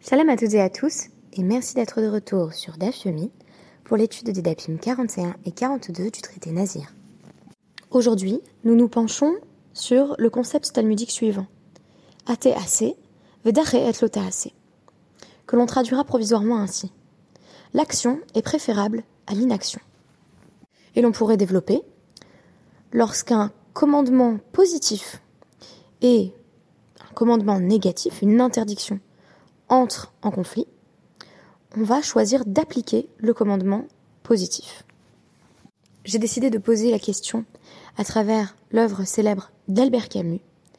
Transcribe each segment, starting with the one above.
Shalom à toutes et à tous, et merci d'être de retour sur Daf Yomi pour l'étude des Dapim 41 et 42 du traité Nazir. Aujourd'hui, nous nous penchons sur le concept talmudique suivant, Ate Ase, Vedache et Lota Ase, que l'on traduira provisoirement ainsi. L'action est préférable à l'inaction. Et l'on pourrait développer, lorsqu'un commandement positif et un commandement négatif, une interdiction, entre en conflit, on va choisir d'appliquer le commandement positif. J'ai décidé de poser la question à travers l'œuvre célèbre d'Albert Camus.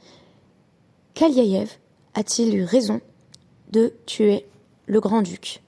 Kaliaïev a-t-il eu raison de tuer le grand-duc,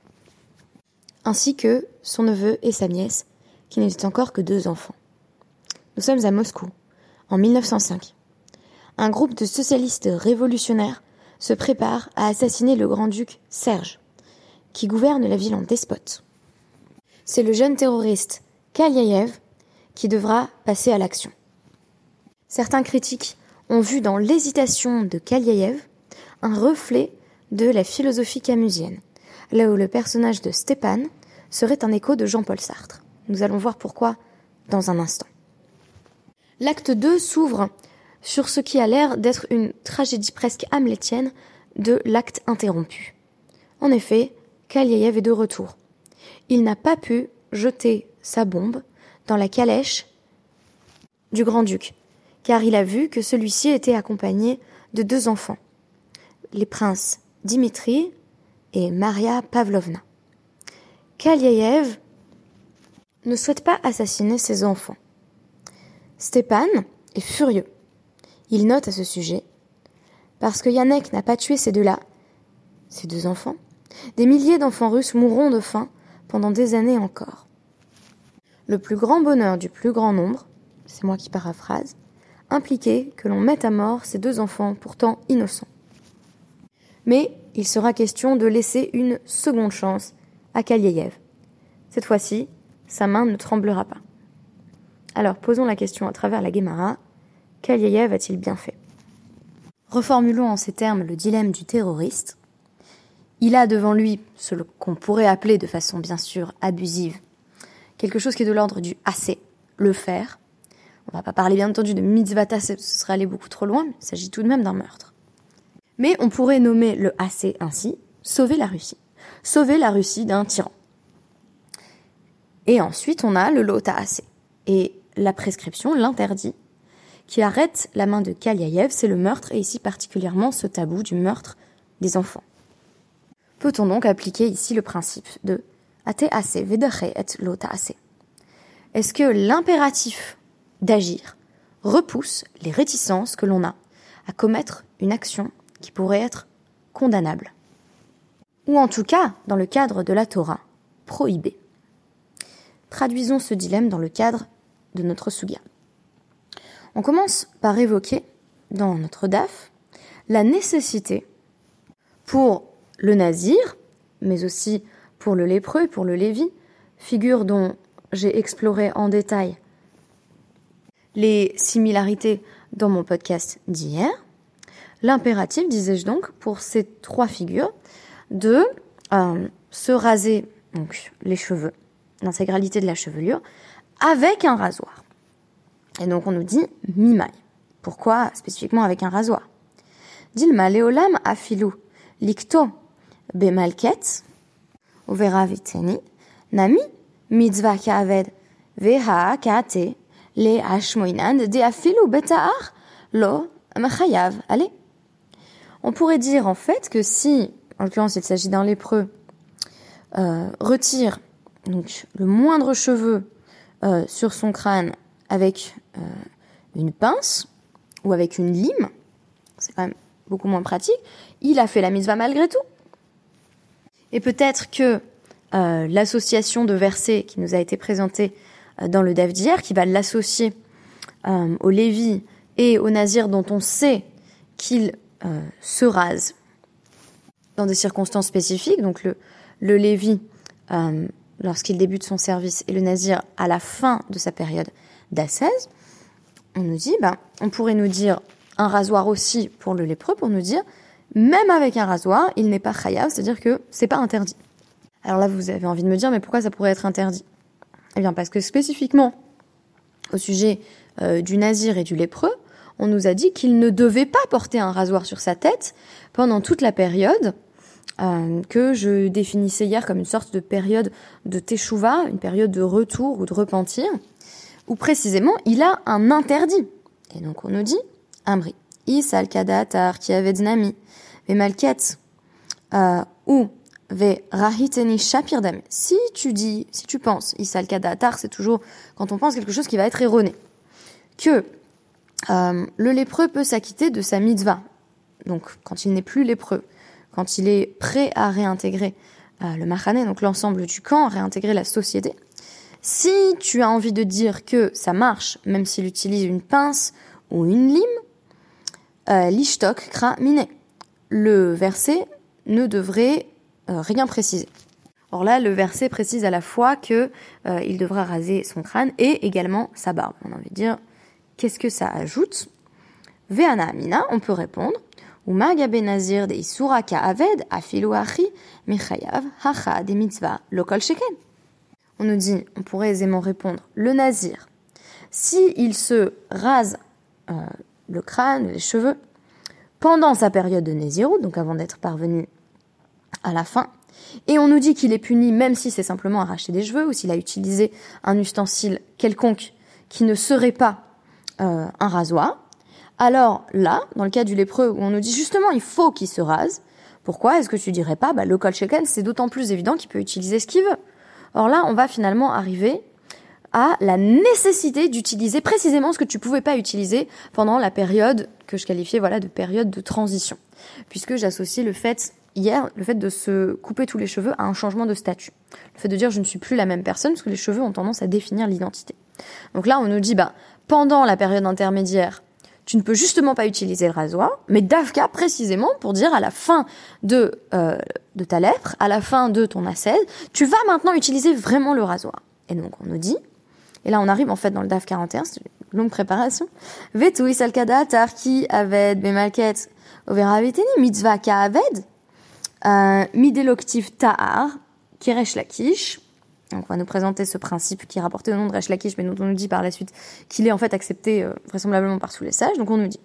ainsi que son neveu et sa nièce, qui n'étaient encore que 2 enfants. Nous sommes à Moscou, en 1905. Un groupe de socialistes révolutionnaires se prépare à assassiner le grand-duc Serge, qui gouverne la ville en despote. C'est le jeune terroriste Kaliaïev qui devra passer à l'action. Certains critiques ont vu dans l'hésitation de Kaliaïev un reflet de la philosophie camusienne, là où le personnage de Stepan serait un écho de Jean-Paul Sartre. Nous allons voir pourquoi dans un instant. L'acte 2 s'ouvre sur ce qui a l'air d'être une tragédie presque hamlétienne de l'acte interrompu. En effet, Kaliaïev est de retour. Il n'a pas pu jeter sa bombe dans la calèche du grand-duc, car il a vu que celui-ci était accompagné de 2 enfants, les princes Dimitri et Maria Pavlovna. Kaliaïev ne souhaite pas assassiner ses enfants. Stepan est furieux. Il note à ce sujet, parce que Yannick n'a pas tué ces 2-là, ces 2 enfants, des milliers d'enfants russes mourront de faim pendant des années encore. Le plus grand bonheur du plus grand nombre, c'est moi qui paraphrase, impliquait que l'on mette à mort ces 2 enfants pourtant innocents. Mais il sera question de laisser une seconde chance à Kaliaïev. Cette fois-ci, sa main ne tremblera pas. Alors posons la question à travers la Guémara. Kaliaïev a-t-il bien fait ? Reformulons en ces termes le dilemme du terroriste. Il a devant lui ce qu'on pourrait appeler de façon bien sûr abusive, quelque chose qui est de l'ordre du assez, le faire. On ne va pas parler bien entendu de mitzvata, ce serait aller beaucoup trop loin, mais il s'agit tout de même d'un meurtre. Mais on pourrait nommer le assez ainsi, sauver la Russie d'un tyran. Et ensuite on a le lota assez, et la prescription, l'interdit, qui arrête la main de Kaliaïev, c'est le meurtre, et ici particulièrement ce tabou du meurtre des enfants. Peut-on donc appliquer ici le principe de Ate ase vedache et lota ase? Est-ce que l'impératif d'agir repousse les réticences que l'on a à commettre une action qui pourrait être condamnable? Ou en tout cas, dans le cadre de la Torah, prohibée. Traduisons ce dilemme dans le cadre de notre Sugia. On commence par évoquer, dans notre DAF, la nécessité pour le nazir, mais aussi pour le lépreux et pour le lévi, figure dont j'ai exploré en détail les similarités dans mon podcast d'hier. L'impératif, disais-je donc, pour ces 3 figures, de se raser donc, les cheveux, l'intégralité de la chevelure, avec un rasoir. Et donc on nous dit mimai. Pourquoi spécifiquement avec un rasoir? Dilma leolam afilu likto bemalket uvera viteni nami mitzvah kaved veha kate le ashmoinan de afilu betaar lo mechayav. Allez. On pourrait dire en fait que si, en l'occurrence il s'agit d'un lépreux, retire donc le moindre cheveu sur son crâne avec une pince ou avec une lime, c'est quand même beaucoup moins pratique, il a fait la mitzvah malgré tout. Et peut-être que l'association de versets qui nous a été présentée dans le DAF d'hier, qui va l'associer au Lévi et au Nazir dont on sait qu'il se rase dans des circonstances spécifiques, donc le Lévi lorsqu'il débute son service et le Nazir à la fin de sa période d'ascèse, on nous dit, on pourrait nous dire un rasoir aussi pour le lépreux, pour nous dire, même avec un rasoir, il n'est pas chayav, c'est-à-dire que c'est pas interdit. Alors là, vous avez envie de me dire, mais pourquoi ça pourrait être interdit? Eh bien, parce que spécifiquement, au sujet du nazir et du lépreux, on nous a dit qu'il ne devait pas porter un rasoir sur sa tête pendant toute la période que je définissais hier comme une sorte de période de teshuva, une période de retour ou de repentir, où précisément il a un interdit. Et donc on nous dit, Amri, Is al-kadatar ki avait znami, ve malket, ou ve rahiteni shapir dam. Si tu penses, Is al-kadatar, c'est toujours quand on pense quelque chose qui va être erroné, que le lépreux peut s'acquitter de sa mitzvah, donc quand il n'est plus lépreux, quand il est prêt à réintégrer le machané, donc l'ensemble du camp, à réintégrer la société. Si tu as envie de dire que ça marche, même s'il utilise une pince ou une lime, l'ishtok kra mine. Le verset ne devrait rien préciser. Or là, le verset précise à la fois que il devra raser son crâne et également sa barbe. On a envie de dire, qu'est-ce que ça ajoute? Ve'ana amina, on peut répondre. Ou magabe nazir de isura ka'aved afilu achi mechayav hacha de mitzvah lokol sheken. On nous dit, on pourrait aisément répondre, le nazir, si il se rase le crâne, les cheveux, pendant sa période de Nézirut, donc avant d'être parvenu à la fin, et on nous dit qu'il est puni même si c'est simplement arracher des cheveux ou s'il a utilisé un ustensile quelconque qui ne serait pas un rasoir, alors là, dans le cas du lépreux, où on nous dit justement il faut qu'il se rase, pourquoi est-ce que tu dirais pas, le kol sheken, c'est d'autant plus évident qu'il peut utiliser ce qu'il veut. Or là, on va finalement arriver à la nécessité d'utiliser précisément ce que tu pouvais pas utiliser pendant la période que je qualifiais de période de transition. Puisque j'associe le fait de se couper tous les cheveux à un changement de statut. Le fait de dire je ne suis plus la même personne, parce que les cheveux ont tendance à définir l'identité. Donc là, on nous dit, pendant la période intermédiaire, tu ne peux justement pas utiliser le rasoir, mais Davka précisément pour dire à la fin de ta lèpre, à la fin de ton ascèse, tu vas maintenant utiliser vraiment le rasoir. Et donc on nous dit, et là on arrive en fait dans le Daf 41, c'est une longue préparation, Vetu isalkada tarki aved bemalket overaviteni mitzvah ka aved mideloktiv ta'ar kiresh lakish. Donc on va nous présenter ce principe qui est rapporté au nom de Resh Lakish, mais dont on nous dit par la suite qu'il est en fait accepté vraisemblablement par tous les sages. Donc on nous dit,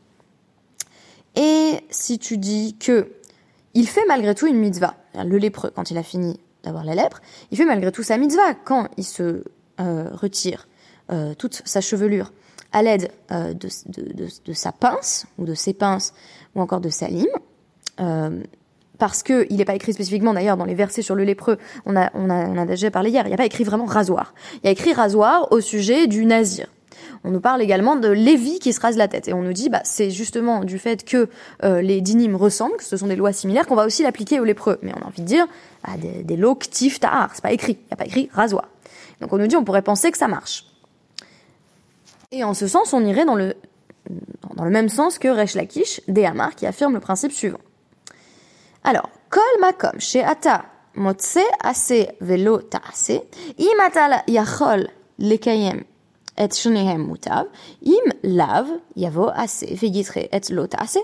et si tu dis que il fait malgré tout une mitzvah, le lépreux, quand il a fini d'avoir la lèpre, il fait malgré tout sa mitzvah quand il se retire toute sa chevelure à l'aide de sa pince, ou de ses pinces, ou encore de sa lime, parce que il n'est pas écrit spécifiquement d'ailleurs dans les versets sur le lépreux, on a déjà parlé hier, il n'y a pas écrit vraiment rasoir. Il y a écrit rasoir au sujet du nazir. On nous parle également de Lévi qui se rase la tête. Et on nous dit, c'est justement du fait que les dynimes ressemblent, que ce sont des lois similaires, qu'on va aussi l'appliquer aux lépreux. Mais on a envie de dire, des lots ktif ta'ar, c'est pas écrit. Il n'y a pas écrit rasoir. Donc on nous dit, on pourrait penser que ça marche. Et en ce sens, on irait dans le même sens que Resh Lakish, Dehamar, qui affirme le principe suivant. Alors, kol makom she'ata motse ase velo ta'ase, im ata yachol lekayem et shnehem mutav, im lav yavo ase veyitre et lo ta'ase.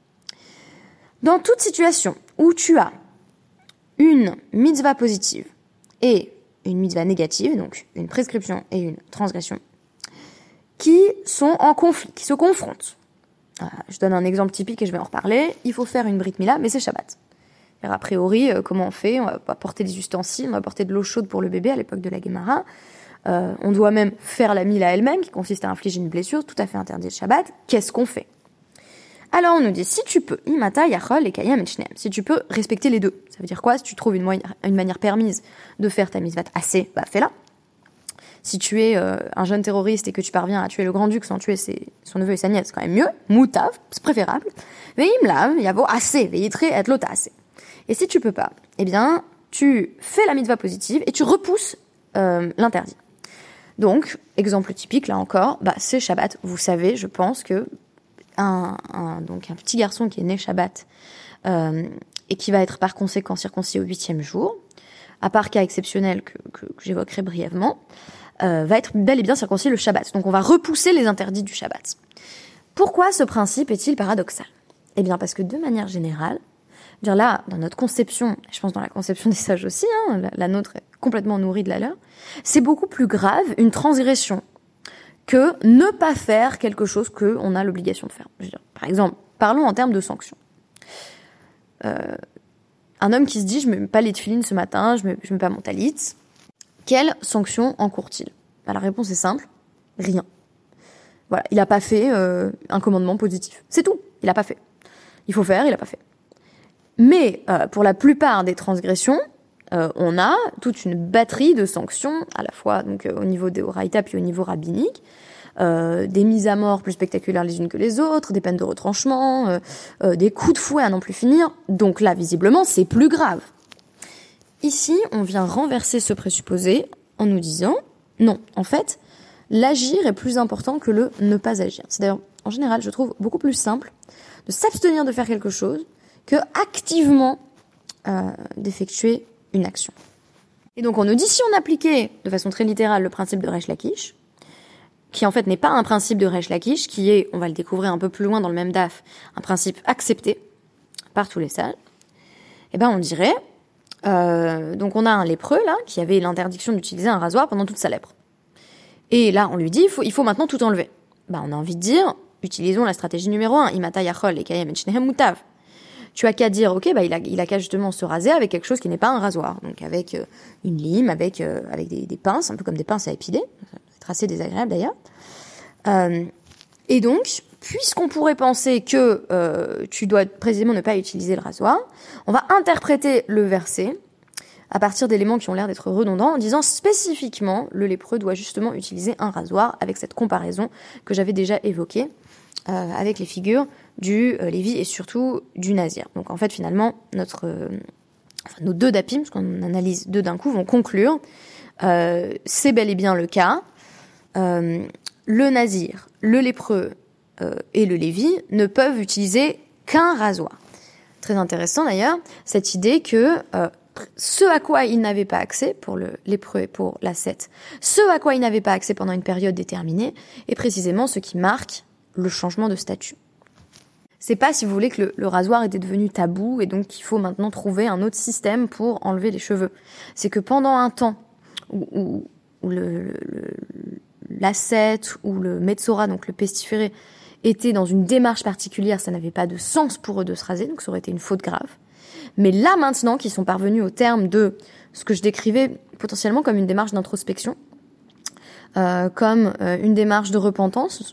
Dans toute situation où tu as une mitzvah positive et une mitzvah négative, donc une prescription et une transgression, qui sont en conflit, qui se confrontent. Je donne un exemple typique et je vais en reparler. Il faut faire une brit mila, mais c'est Shabbat. Alors, a priori, comment on fait? On va porter des ustensiles, on va porter de l'eau chaude pour le bébé à l'époque de la Gemara. On doit même faire la mila elle-même, qui consiste à infliger une blessure, tout à fait interdite de Shabbat. Qu'est-ce qu'on fait? Alors on nous dit, si tu peux, imata yachol et kayam et shneem, si tu peux respecter les deux. Ça veut dire quoi? Si tu trouves une manière permise de faire ta mitzvah assez, fais-la. Si tu es un jeune terroriste et que tu parviens à tuer le grand-duc sans tuer son neveu et sa nièce, c'est quand même mieux. Moutav, c'est préférable. Veim lav, yavo assez, veyitre et lota assez. Et si tu peux pas, eh bien, tu fais la mitzvah positive et tu repousses l'interdit. Donc, exemple typique, là encore, c'est Shabbat. Vous savez, je pense que donc un petit garçon qui est né Shabbat et qui va être par conséquent circoncis au 8e jour, à part cas exceptionnel que j'évoquerai brièvement, va être bel et bien circoncis le Shabbat. Donc on va repousser les interdits du Shabbat. Pourquoi ce principe est-il paradoxal? Eh bien parce que de manière générale, Dire là, dans notre conception, je pense dans la conception des sages aussi, la nôtre est complètement nourrie de la leur, c'est beaucoup plus grave une transgression que ne pas faire quelque chose qu'on a l'obligation de faire. Je veux dire, par exemple, parlons en termes de sanctions. Un homme qui se dit « je mets pas les tefilines ce matin, je mets pas mon talit », quelle sanction encourt-il ? La réponse est simple, rien. Voilà, il n'a pas fait un commandement positif. C'est tout, il n'a pas fait. Il faut faire, il n'a pas fait. Mais pour la plupart des transgressions, on a toute une batterie de sanctions, à la fois donc au niveau des Oraïta puis au niveau rabbinique, des mises à mort plus spectaculaires les unes que les autres, des peines de retranchement, des coups de fouet à n'en plus finir. Donc là, visiblement, c'est plus grave. Ici, on vient renverser ce présupposé en nous disant non, en fait, l'agir est plus important que le ne pas agir. C'est d'ailleurs, en général, je trouve beaucoup plus simple de s'abstenir de faire quelque chose que activement d'effectuer une action. Et donc on nous dit, si on appliquait de façon très littérale le principe de Resh Lakish, qui en fait n'est pas un principe de Resh Lakish, qui est, on va le découvrir un peu plus loin dans le même daf, un principe accepté par tous les sages, eh ben on dirait, donc on a un lépreux là, qui avait l'interdiction d'utiliser un rasoir pendant toute sa lèpre. Et là on lui dit, il faut maintenant tout enlever. Ben on a envie de dire, utilisons la stratégie numéro 1, Imata Yachol et Kayem et Shnehem Mutav. Tu as qu'à dire, ok, bah il a qu'à justement se raser avec quelque chose qui n'est pas un rasoir, donc avec une lime, avec des pinces, un peu comme des pinces à épiler, c'est assez désagréable d'ailleurs. Et donc, puisqu'on pourrait penser que tu dois précisément ne pas utiliser le rasoir, on va interpréter le verset à partir d'éléments qui ont l'air d'être redondants, en disant spécifiquement, le lépreux doit justement utiliser un rasoir, avec cette comparaison que j'avais déjà évoquée, avec les figures du Lévi et surtout du Nazir. Donc en fait, finalement, nos deux dapim, parce qu'on analyse deux d'un coup, vont conclure, c'est bel et bien le cas, le Nazir, le lépreux et le Lévi ne peuvent utiliser qu'un rasoir. Très intéressant d'ailleurs, cette idée que ce à quoi ils n'avaient pas accès pour le lépreux et pour l'ascète, ce à quoi ils n'avaient pas accès pendant une période déterminée, est précisément ce qui marque le changement de statut. C'est pas, si vous voulez, que le rasoir était devenu tabou et donc qu'il faut maintenant trouver un autre système pour enlever les cheveux. C'est que pendant un temps où l'ascète ou le metzora, donc le pestiféré, était dans une démarche particulière, ça n'avait pas de sens pour eux de se raser, donc ça aurait été une faute grave. Mais là maintenant qu'ils sont parvenus au terme de ce que je décrivais potentiellement comme une démarche d'introspection, comme une démarche de repentance,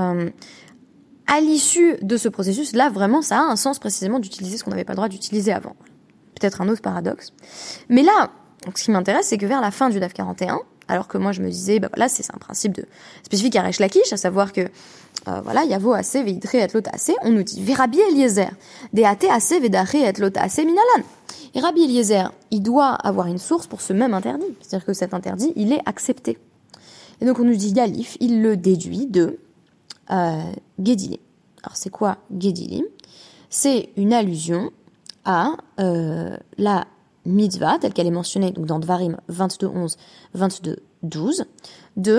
à l'issue de ce processus, là vraiment ça a un sens précisément d'utiliser ce qu'on n'avait pas le droit d'utiliser avant. Peut-être un autre paradoxe. Mais là, donc, ce qui m'intéresse, c'est que vers la fin du DAF 41, alors que moi je me disais, bah voilà, c'est un principe spécifique à Resh Lakish, à savoir que voilà, Yavo assez veidre et lot assez, on nous dit Verabi Eliezer, deate assez vedare et lot assez minalan. Et Rabbi Eliezer, il doit avoir une source pour ce même interdit, c'est-à-dire que cet interdit, il est accepté. Et donc on nous dit Yalif, il le déduit de Gedilim. Alors c'est quoi Gedilim ? C'est une allusion à la mitzvah, telle qu'elle est mentionnée donc dans Dvarim 22.11, 22.12, de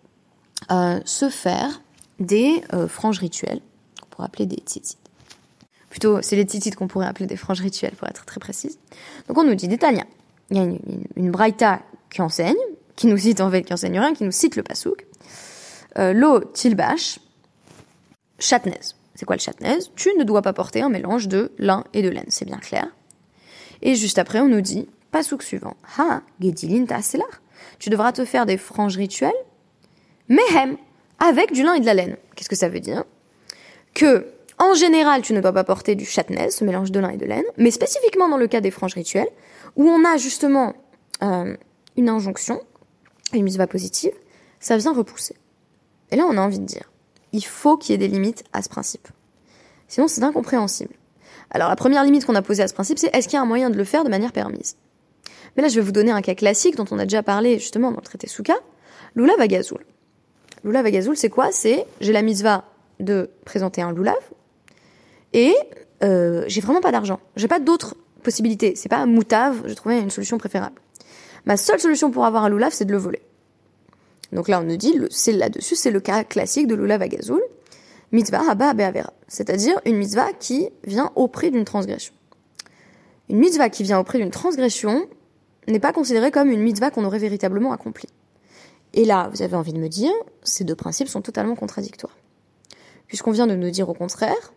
se faire des franges rituelles, qu'on pourrait appeler des tzitzit. Plutôt, c'est les tzitzit qu'on pourrait appeler des franges rituelles, pour être très précise. Donc on nous dit, Détania, il y a une braïta qui enseigne, qui nous cite en fait, qui enseigne rien, qui nous cite le pasouk, lo tilbash, chatnez. C'est quoi le chatnez ? Tu ne dois pas porter un mélange de lin et de laine, c'est bien clair. Et juste après, on nous dit, pasouk suivant, ha, gedilin ta'aselar. Tu devras te faire des franges rituelles, mehem, avec du lin et de la laine. Qu'est-ce que ça veut dire ? Que, en général, tu ne dois pas porter du chatnez, ce mélange de lin et de laine, mais spécifiquement dans le cas des franges rituelles, où on a justement une injonction, une mitzvah positive, ça vient repousser. Et là, on a envie de dire, il faut qu'il y ait des limites à ce principe. Sinon, c'est incompréhensible. Alors, la première limite qu'on a posée à ce principe, c'est est-ce qu'il y a un moyen de le faire de manière permise ? Mais là, je vais vous donner un cas classique dont on a déjà parlé justement dans le traité Souka, Lulav Agazoul. Lulav Agazoul, c'est quoi ? C'est, j'ai la mitzvah de présenter un lulav, et j'ai vraiment pas d'argent. J'ai pas d'autres possibilités. C'est pas moutav, je trouvais une solution préférable. Ma seule solution pour avoir un lulav, c'est de le voler. Donc là, on nous dit, c'est là-dessus, c'est le cas classique de Lulav Agazoul, mitzvah haba be'avera, c'est-à-dire une mitzvah qui vient au prix d'une transgression. Une mitzvah qui vient auprès d'une transgression n'est pas considérée comme une mitzvah qu'on aurait véritablement accomplie. Et là, vous avez envie de me dire, ces deux principes sont totalement contradictoires. Puisqu'on vient de nous dire au contraire,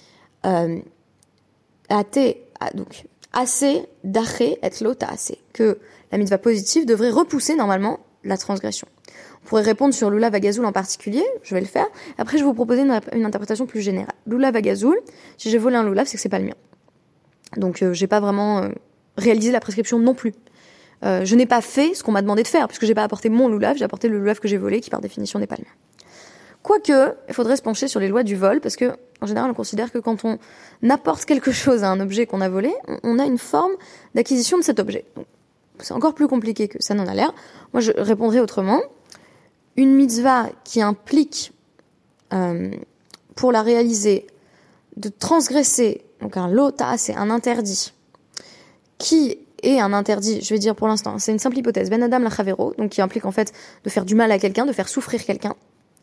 donc, assez daché et lo ta'asé, que la mitzvah positive devrait repousser normalement la transgression. On pourrait répondre sur Lulav Agazoul en particulier, je vais le faire. Après, je vais vous proposer une interprétation plus générale. Lulav Agazoul, si j'ai volé un Lulav, c'est que c'est pas le mien. Donc, j'ai pas vraiment réalisé la prescription non plus. Je n'ai pas fait ce qu'on m'a demandé de faire, puisque j'ai pas apporté mon Lulav, j'ai apporté le Lulav que j'ai volé, qui par définition n'est pas le mien. Quoique, il faudrait se pencher sur les lois du vol, parce que, en général, on considère que quand on apporte quelque chose à un objet qu'on a volé, on a une forme d'acquisition de cet objet. Donc, c'est encore plus compliqué que ça n'en a l'air. Moi, je répondrai autrement. Une mitzvah qui implique, pour la réaliser, de transgresser, donc un lota, c'est un interdit, qui est un interdit, je vais dire pour l'instant, c'est une simple hypothèse, ben adam la chavero, donc qui implique en fait de faire du mal à quelqu'un, de faire souffrir quelqu'un.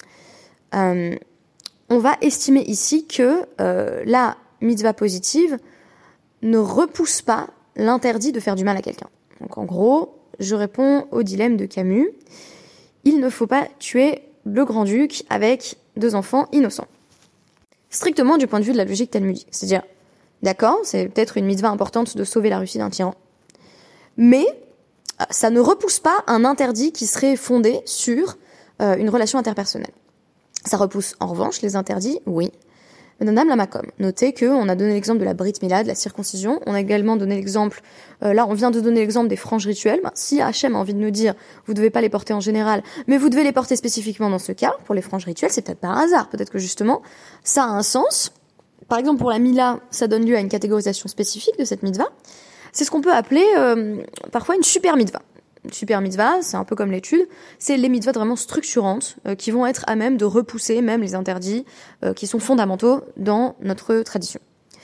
On va estimer ici que la mitzvah positive ne repousse pas l'interdit de faire du mal à quelqu'un. Donc en gros, je réponds au dilemme de Camus. Il ne faut pas tuer le grand-duc avec 2 enfants innocents. Strictement du point de vue de la logique talmudique. C'est-à-dire, d'accord, c'est peut-être une mitzvah importante de sauver la Russie d'un tyran, mais ça ne repousse pas un interdit qui serait fondé sur une relation interpersonnelle. Ça repousse en revanche les interdits, oui. Madame Lamakom, notez qu'on a donné l'exemple de la Brit Mila, de la circoncision. On a également donné l'exemple, là on vient de donner l'exemple des franges rituelles. Si Hachem a envie de nous dire, vous devez pas les porter en général, mais vous devez les porter spécifiquement dans ce cas, pour les franges rituelles, c'est peut-être par hasard. Peut-être que justement, ça a un sens. Par exemple, pour la Mila, ça donne lieu à une catégorisation spécifique de cette mitzvah. C'est ce qu'on peut appeler parfois une super mitzvah. Une super mitzvah, c'est un peu comme l'étude, c'est les mitzvahs vraiment structurantes qui vont être à même de repousser même les interdits qui sont fondamentaux dans notre tradition.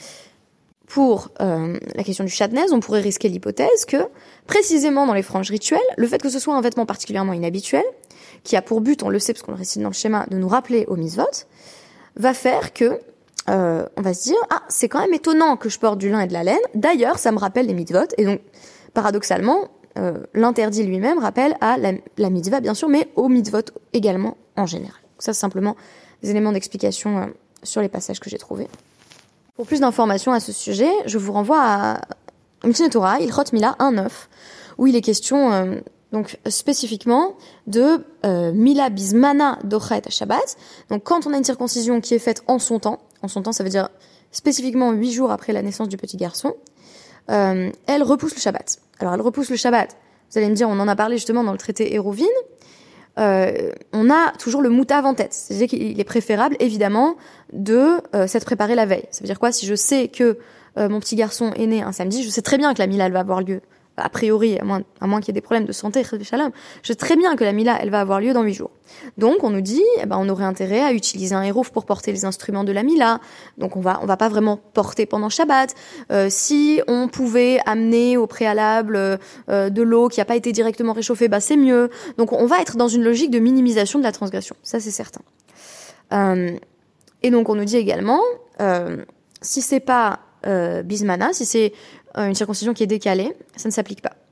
Pour la question du shatnez, on pourrait risquer l'hypothèse que, précisément dans les franges rituelles, le fait que ce soit un vêtement particulièrement inhabituel, qui a pour but, on le sait parce qu'on le récite dans le schéma, de nous rappeler aux mitzvot, va faire que on va se dire « Ah, c'est quand même étonnant que je porte du lin et de la laine, d'ailleurs ça me rappelle les mitzvot », et donc, paradoxalement, l'interdit lui-même rappelle à la mitzvah, bien sûr, mais aux mitzvot également en général. Donc ça, c'est simplement des éléments d'explication sur les passages que j'ai trouvés. Pour plus d'informations à ce sujet, je vous renvoie à Mishneh Torah, Ilchot Mila 1.9, où il est question donc spécifiquement de Mila Bismana Dochet Shabbat. Donc quand on a une circoncision qui est faite en son temps, ça veut dire spécifiquement 8 jours après la naissance du petit garçon, elle repousse le Shabbat. Alors elle repousse le Shabbat. Vous allez me dire, on en a parlé justement dans le traité Hérovine. On a toujours le moutav en tête. C'est-à-dire qu'il est préférable, évidemment, de s'être préparé la veille. Ça veut dire quoi? Si je sais que mon petit garçon est né un samedi, je sais très bien que la Mila, elle va avoir lieu. A priori, à moins qu'il y ait des problèmes de santé, je sais très bien que la Mila, elle va avoir lieu dans 8 jours. Donc, on nous dit, on aurait intérêt à utiliser un hérouf pour porter les instruments de la Mila. Donc, on va pas vraiment porter pendant Shabbat. Si on pouvait amener au préalable de l'eau qui a pas été directement réchauffée, c'est mieux. Donc, on va être dans une logique de minimisation de la transgression. Ça, c'est certain. Et donc, on nous dit également, si c'est pas bismana, si c'est une circoncision qui est décalée, ça ne s'applique pas.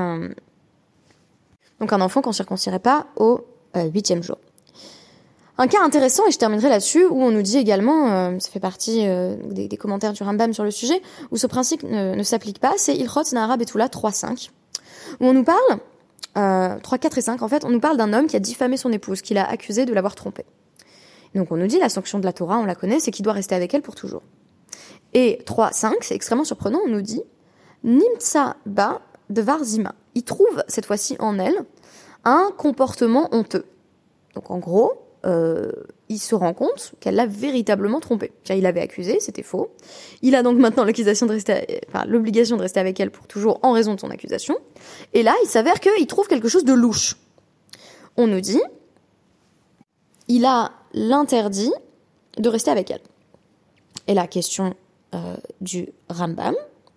Donc un enfant qu'on circoncierait pas au 8e jour. Un cas intéressant, et je terminerai là-dessus, où on nous dit également, ça fait partie des commentaires du Rambam sur le sujet, où ce principe ne s'applique pas, c'est Ilchot Nahara Betula 3.5, où on nous parle, 3, 4 et 5 en fait, on nous parle d'un homme qui a diffamé son épouse, qui l'a accusé de l'avoir trompée. Donc on nous dit, la sanction de la Torah, on la connaît, c'est qu'il doit rester avec elle pour toujours. Et 3, 5, c'est extrêmement surprenant, on nous dit Nimtsa ba devar zima. Il trouve, cette fois-ci en elle, un comportement honteux. Donc en gros, il se rend compte qu'elle l'a véritablement trompé. Il l'avait accusé, c'était faux. Il a donc maintenant l'obligation de rester avec elle pour toujours en raison de son accusation. Et là, il s'avère qu'il trouve quelque chose de louche. On nous dit il a l'interdit de rester avec elle. Et la question du Rambam.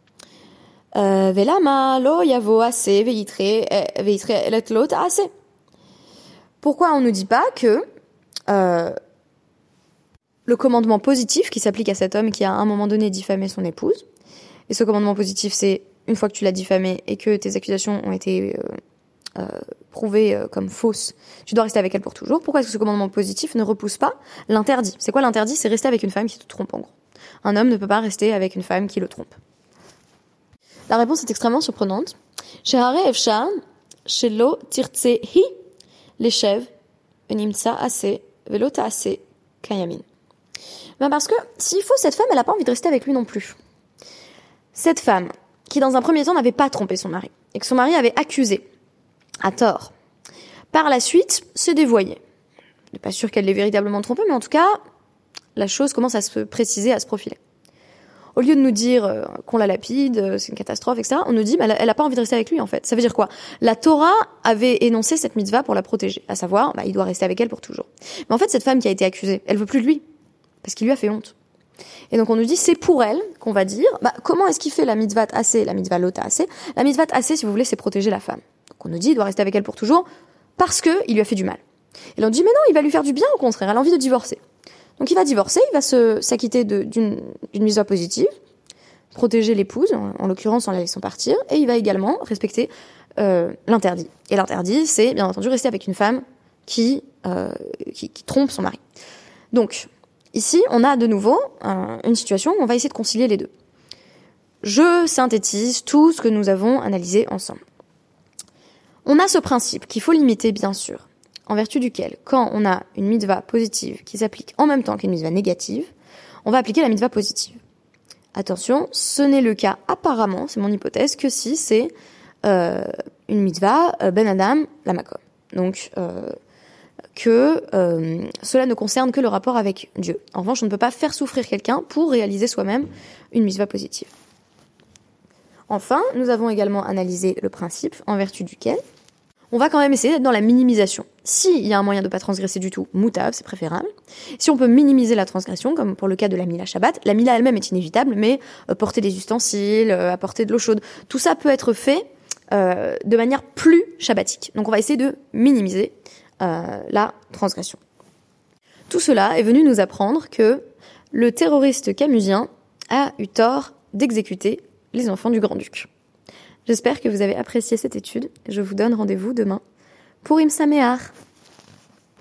Velama lo yavo ase veitre elet lot ase. Pourquoi on ne dit pas que le commandement positif qui s'applique à cet homme qui a à un moment donné diffamé son épouse, Et ce commandement positif, c'est une fois que tu l'as diffamée et que tes accusations ont été prouvées comme fausses, tu dois rester avec elle pour toujours. Pourquoi est-ce que ce commandement positif ne repousse pas l'interdit? C'est quoi l'interdit? C'est rester avec une femme qui te trompe, en gros. Un homme ne peut pas rester avec une femme qui le trompe. La réponse est extrêmement surprenante. Shehare efshar shelo tirtsehi leshev venimtsa ase velo taase kayamin. Parce que s'il faut, cette femme, elle n'a pas envie de rester avec lui non plus. Cette femme, qui dans un premier temps n'avait pas trompé son mari, et que son mari avait accusé, à tort, par la suite, se dévoyait. Je suis pas sûre qu'elle l'ait véritablement trompé, mais en tout cas, la chose commence à se préciser, à se profiler. Au lieu de nous dire qu'on la lapide, c'est une catastrophe, etc., on nous dit elle n'a pas envie de rester avec lui, en fait. Ça veut dire quoi? La Torah avait énoncé cette mitzvah pour la protéger, à savoir, il doit rester avec elle pour toujours. Mais en fait, cette femme qui a été accusée, elle veut plus de lui, parce qu'il lui a fait honte. Et donc on nous dit, c'est pour elle qu'on va dire, comment est-ce qu'il fait la mitzvah assez, la mitzvah lota assez? La mitzvah assez, si vous voulez, c'est protéger la femme. Donc on nous dit, il doit rester avec elle pour toujours, parce que il lui a fait du mal. Et là on dit, mais non, il va lui faire du bien, au contraire, elle a envie de divorcer. Donc il va divorcer, il va s'acquitter d'une mitzvah positive, protéger l'épouse, en l'occurrence en la laissant partir, et il va également respecter l'interdit. Et l'interdit, c'est bien entendu rester avec une femme qui trompe son mari. Donc, ici, on a de nouveau une situation où on va essayer de concilier les deux. Je synthétise tout ce que nous avons analysé ensemble. On a ce principe qu'il faut limiter, bien sûr, en vertu duquel, quand on a une mitzvah positive qui s'applique en même temps qu'une mitzvah négative, on va appliquer la mitzvah positive. Attention, ce n'est le cas apparemment, c'est mon hypothèse, que si c'est une mitzvah ben adam la makom. Donc, que cela ne concerne que le rapport avec Dieu. En revanche, on ne peut pas faire souffrir quelqu'un pour réaliser soi-même une mitzvah positive. Enfin, nous avons également analysé le principe en vertu duquel on va quand même essayer d'être dans la minimisation. S'il y a un moyen de ne pas transgresser du tout, moutav, c'est préférable. Si on peut minimiser la transgression, comme pour le cas de la mila Shabbat, la mila elle-même est inévitable, mais porter des ustensiles, apporter de l'eau chaude, tout ça peut être fait de manière plus shabbatique. Donc on va essayer de minimiser la transgression. Tout cela est venu nous apprendre que le terroriste camusien a eu tort d'exécuter les enfants du grand-duc. J'espère que vous avez apprécié cette étude. Je vous donne rendez-vous demain pour Im Sameach.